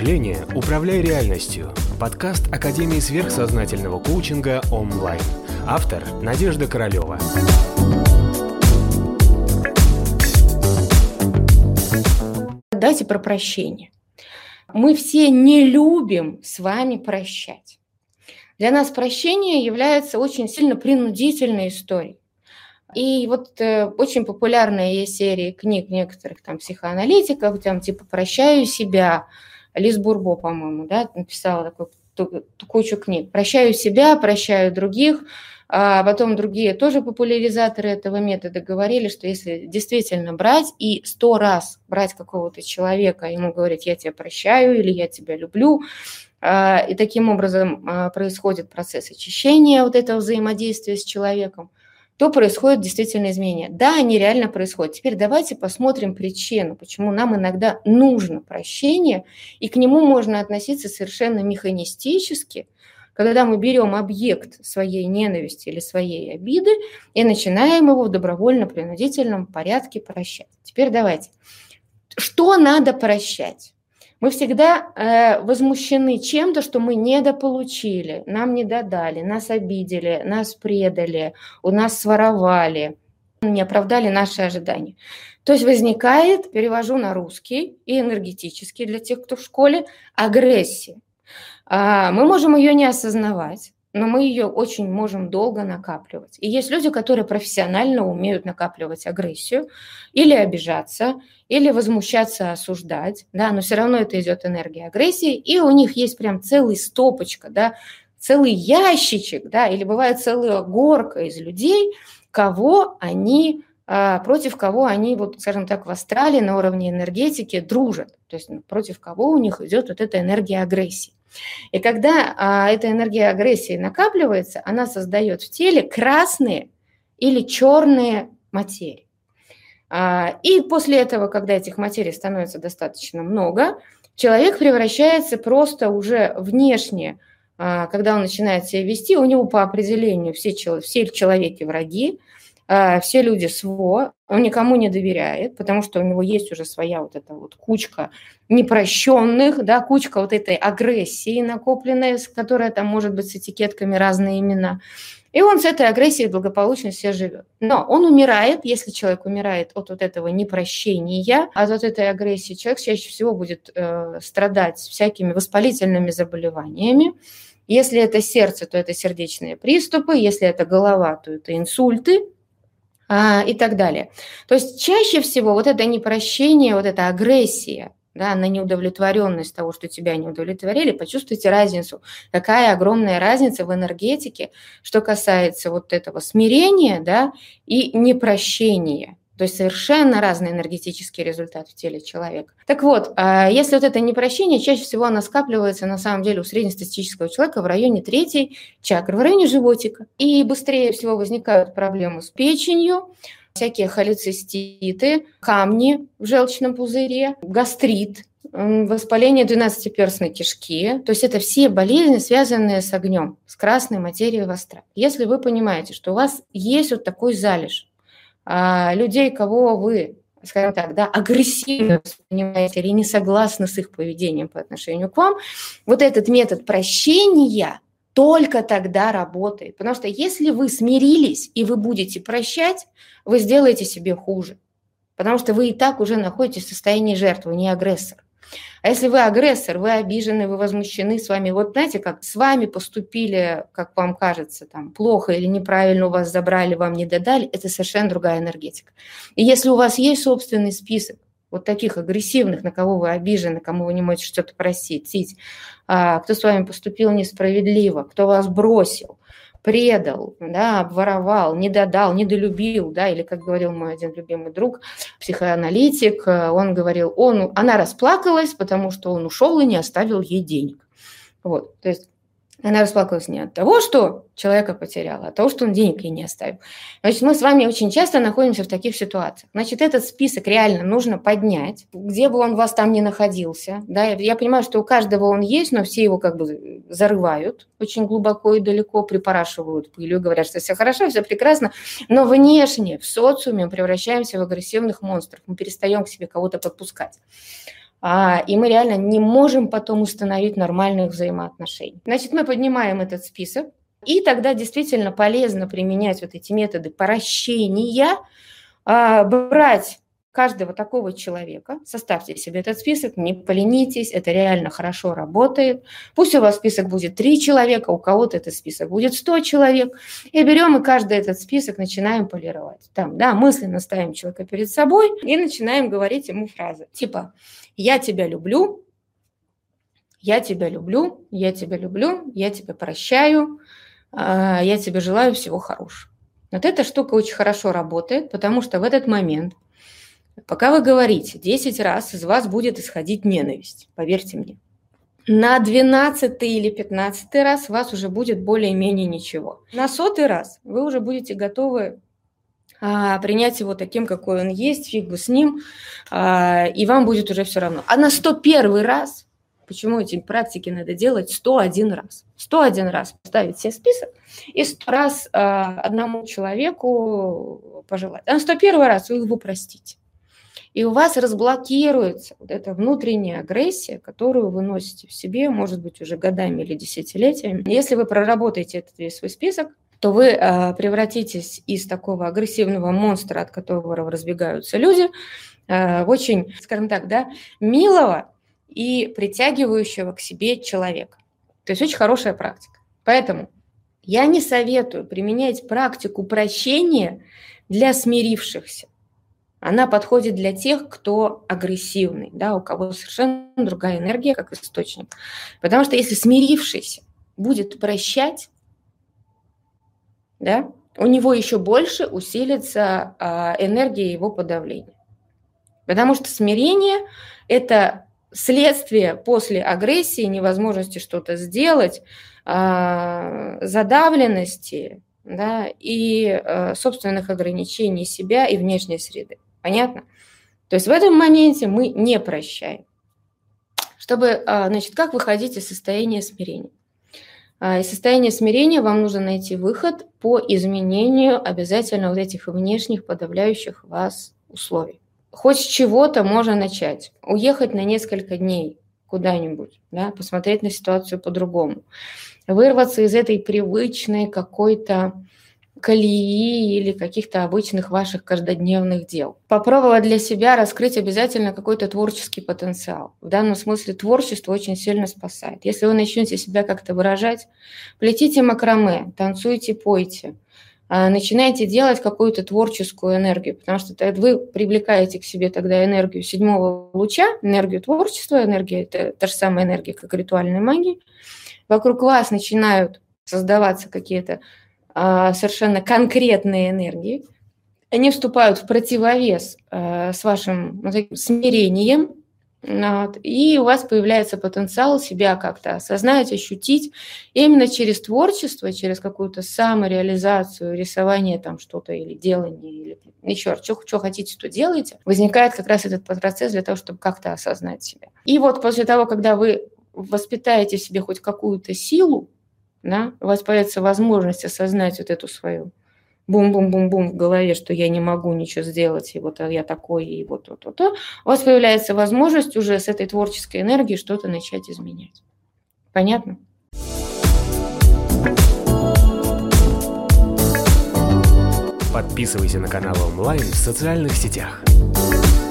мышления «Управляй реальностью» – подкаст Академии сверхсознательного коучинга онлайн. Автор – Надежда Королева. Давайте про прощение. Мы все не любим с вами прощать. Для нас прощение является очень сильно принудительной историей. И вот очень популярная есть серия книг некоторых там психоаналитиков, там типа «Прощаю себя», Лиз Бурбо, по-моему, да, написала такую кучу книг. «Прощаю себя, прощаю других». А потом другие тоже популяризаторы этого метода говорили, что если действительно брать и 100 раз брать какого-то человека, ему говорить «я тебя прощаю» или «я тебя люблю», и таким образом происходит процесс очищения вот этого взаимодействия с человеком, то происходят действительно изменения. Да, они реально происходят. Теперь давайте посмотрим причину, почему нам иногда нужно прощение, и к нему можно относиться совершенно механистически, когда мы берем объект своей ненависти или своей обиды и начинаем его в добровольно-принудительном порядке прощать. Теперь давайте. Что надо прощать? Мы всегда возмущены чем-то, что мы недополучили, нам не додали, нас обидели, нас предали, у нас своровали, не оправдали наши ожидания. То есть возникает, перевожу на русский и энергетический для тех, кто в школе, агрессия. Мы можем ее не осознавать, но мы ее очень можем долго накапливать. И есть люди, которые профессионально умеют накапливать агрессию или обижаться, или возмущаться, осуждать, да, но все равно это идет энергия агрессии, и у них есть прям целая стопочка, да, целый ящичек, да, или бывает целая горка из людей, против кого они, вот, скажем так, в астрале на уровне энергетики дружат, то есть против кого у них идет вот эта энергия агрессии. И когда эта энергия агрессии накапливается, она создает в теле красные или черные материи. И после этого, когда этих материй становится достаточно много, человек превращается просто уже внешне, когда он начинает себя вести, у него по определению все человеки враги, все люди СВО, он никому не доверяет, потому что у него есть уже своя вот эта вот кучка непрощенных, да, кучка вот этой агрессии накопленной, которая там может быть с этикетками разные имена. И он с этой агрессией благополучно все живет. Но он умирает, если человек умирает от вот этого непрощения, от вот этой агрессии, человек чаще всего будет страдать всякими воспалительными заболеваниями. Если это сердце, то это сердечные приступы, если это голова, то это инсульты, и так далее. То есть чаще всего вот это непрощение, вот эта агрессия, да, на неудовлетворенность того, что тебя не удовлетворили, почувствуйте разницу. Какая огромная разница в энергетике, что касается вот этого смирения, да, и непрощения. То есть совершенно разный энергетический результат в теле человека. Так вот, если вот это непрощение, чаще всего оно скапливается на самом деле у среднестатистического человека в районе 3-й чакры, в районе животика. И быстрее всего возникают проблемы с печенью, всякие холециститы, камни в желчном пузыре, гастрит, воспаление 12-перстной кишки. То есть это все болезни, связанные с огнем, с красной материей в астрале. Если вы понимаете, что у вас есть вот такой залежь, людей, кого вы, скажем так, да, агрессивно воспринимаете или не согласны с их поведением по отношению к вам, вот этот метод прощения только тогда работает. Потому что если вы смирились и вы будете прощать, вы сделаете себе хуже. Потому что вы и так уже находитесь в состоянии жертвы, не агрессор. А если вы агрессор, вы обижены, вы возмущены, с вами, вот знаете, как с вами поступили, как вам кажется, там, плохо или неправильно у вас забрали, вам не додали, это совершенно другая энергетика. И если у вас есть собственный список вот таких агрессивных, на кого вы обижены, кому вы не можете что-то простить, кто с вами поступил несправедливо, кто вас бросил, предал, да, обворовал, не додал, недолюбил, да, или, как говорил мой один любимый друг, психоаналитик, он говорил, она расплакалась, потому что он ушел и не оставил ей денег. Вот, то есть она расплакалась не от того, что человека потеряла, а от того, что он денег ей не оставил. Значит, мы с вами очень часто находимся в таких ситуациях. Значит, этот список реально нужно поднять, где бы он у вас там ни находился. Да? Я понимаю, что у каждого он есть, но все его как бы зарывают очень глубоко и далеко, припорашивают пылью, говорят, что все хорошо, все прекрасно, но внешне в социуме мы превращаемся в агрессивных монстров, мы перестаем к себе кого-то подпускать. и мы реально не можем потом установить нормальных взаимоотношений. Значит, мы поднимаем этот список, и тогда действительно полезно применять вот эти методы прощения, брать каждого такого человека, составьте себе этот список, не поленитесь, это реально хорошо работает. Пусть у вас список будет 3 человека, у кого-то этот список будет 100 человек, и берем и каждый этот список начинаем полировать. Там, да, мысленно ставим человека перед собой и начинаем говорить ему фразы типа «я тебя люблю», «я тебя люблю», «я тебя люблю», «я тебя прощаю», «я тебе желаю всего хорошего». Вот эта штука очень хорошо работает, потому что в этот момент, пока вы говорите, 10 раз из вас будет исходить ненависть, поверьте мне. На 12-й или 15-й раз у вас уже будет более-менее ничего. На 100-й раз вы уже будете готовы принять его таким, какой он есть, фиг бы с ним, и вам будет уже все равно. А на 101-й раз, почему эти практики надо делать 101 раз? 101 раз поставить себе список и 100 раз одному человеку пожелать. А на 101 раз вы его простите. И у вас разблокируется вот эта внутренняя агрессия, которую вы носите в себе, может быть, уже годами или десятилетиями. Если вы проработаете этот весь свой список, то вы превратитесь из такого агрессивного монстра, от которого разбегаются люди, в очень, скажем так, да, милого и притягивающего к себе человека. То есть очень хорошая практика. Поэтому я не советую применять практику прощения для смирившихся. Она подходит для тех, кто агрессивный, да, у кого совершенно другая энергия, как источник. Потому что если смирившийся будет прощать, да, у него еще больше усилится энергия его подавления. Потому что смирение – это следствие после агрессии, невозможности что-то сделать, задавленности, да, и собственных ограничений себя и внешней среды. Понятно? То есть в этом моменте мы не прощаем. Чтобы, значит, как выходить из состояния смирения? Из состояния смирения вам нужно найти выход по изменению обязательно вот этих внешних подавляющих вас условий. Хоть с чего-то можно начать. Уехать на несколько дней куда-нибудь, да, посмотреть на ситуацию по-другому. Вырваться из этой привычной какой-то колеи или каких-то обычных ваших каждодневных дел. Попробовать для себя раскрыть обязательно какой-то творческий потенциал. В данном смысле творчество очень сильно спасает. Если вы начнете себя как-то выражать, плетите макраме, танцуйте, пойте, начинайте делать какую-то творческую энергию, потому что вы привлекаете к себе тогда энергию 7-го луча, энергию творчества, энергия – это та же самая энергия, как ритуальная магия. Вокруг вас начинают создаваться какие-то совершенно конкретные энергии, они вступают в противовес с вашим смирением, и у вас появляется потенциал себя как-то осознать, ощутить. И именно через творчество, через какую-то самореализацию, рисование там что-то или делание, или еще раз, что хотите, то делайте, возникает как раз этот процесс для того, чтобы как-то осознать себя. И вот после того, когда вы воспитаете в себе хоть какую-то силу, да, у вас появится возможность осознать вот эту свою бум-бум-бум-бум в голове, что я не могу ничего сделать, и вот я такой, и вот то-то-то, у вас появляется возможность уже с этой творческой энергией что-то начать изменять. Понятно? Подписывайся на канал онлайн в социальных сетях.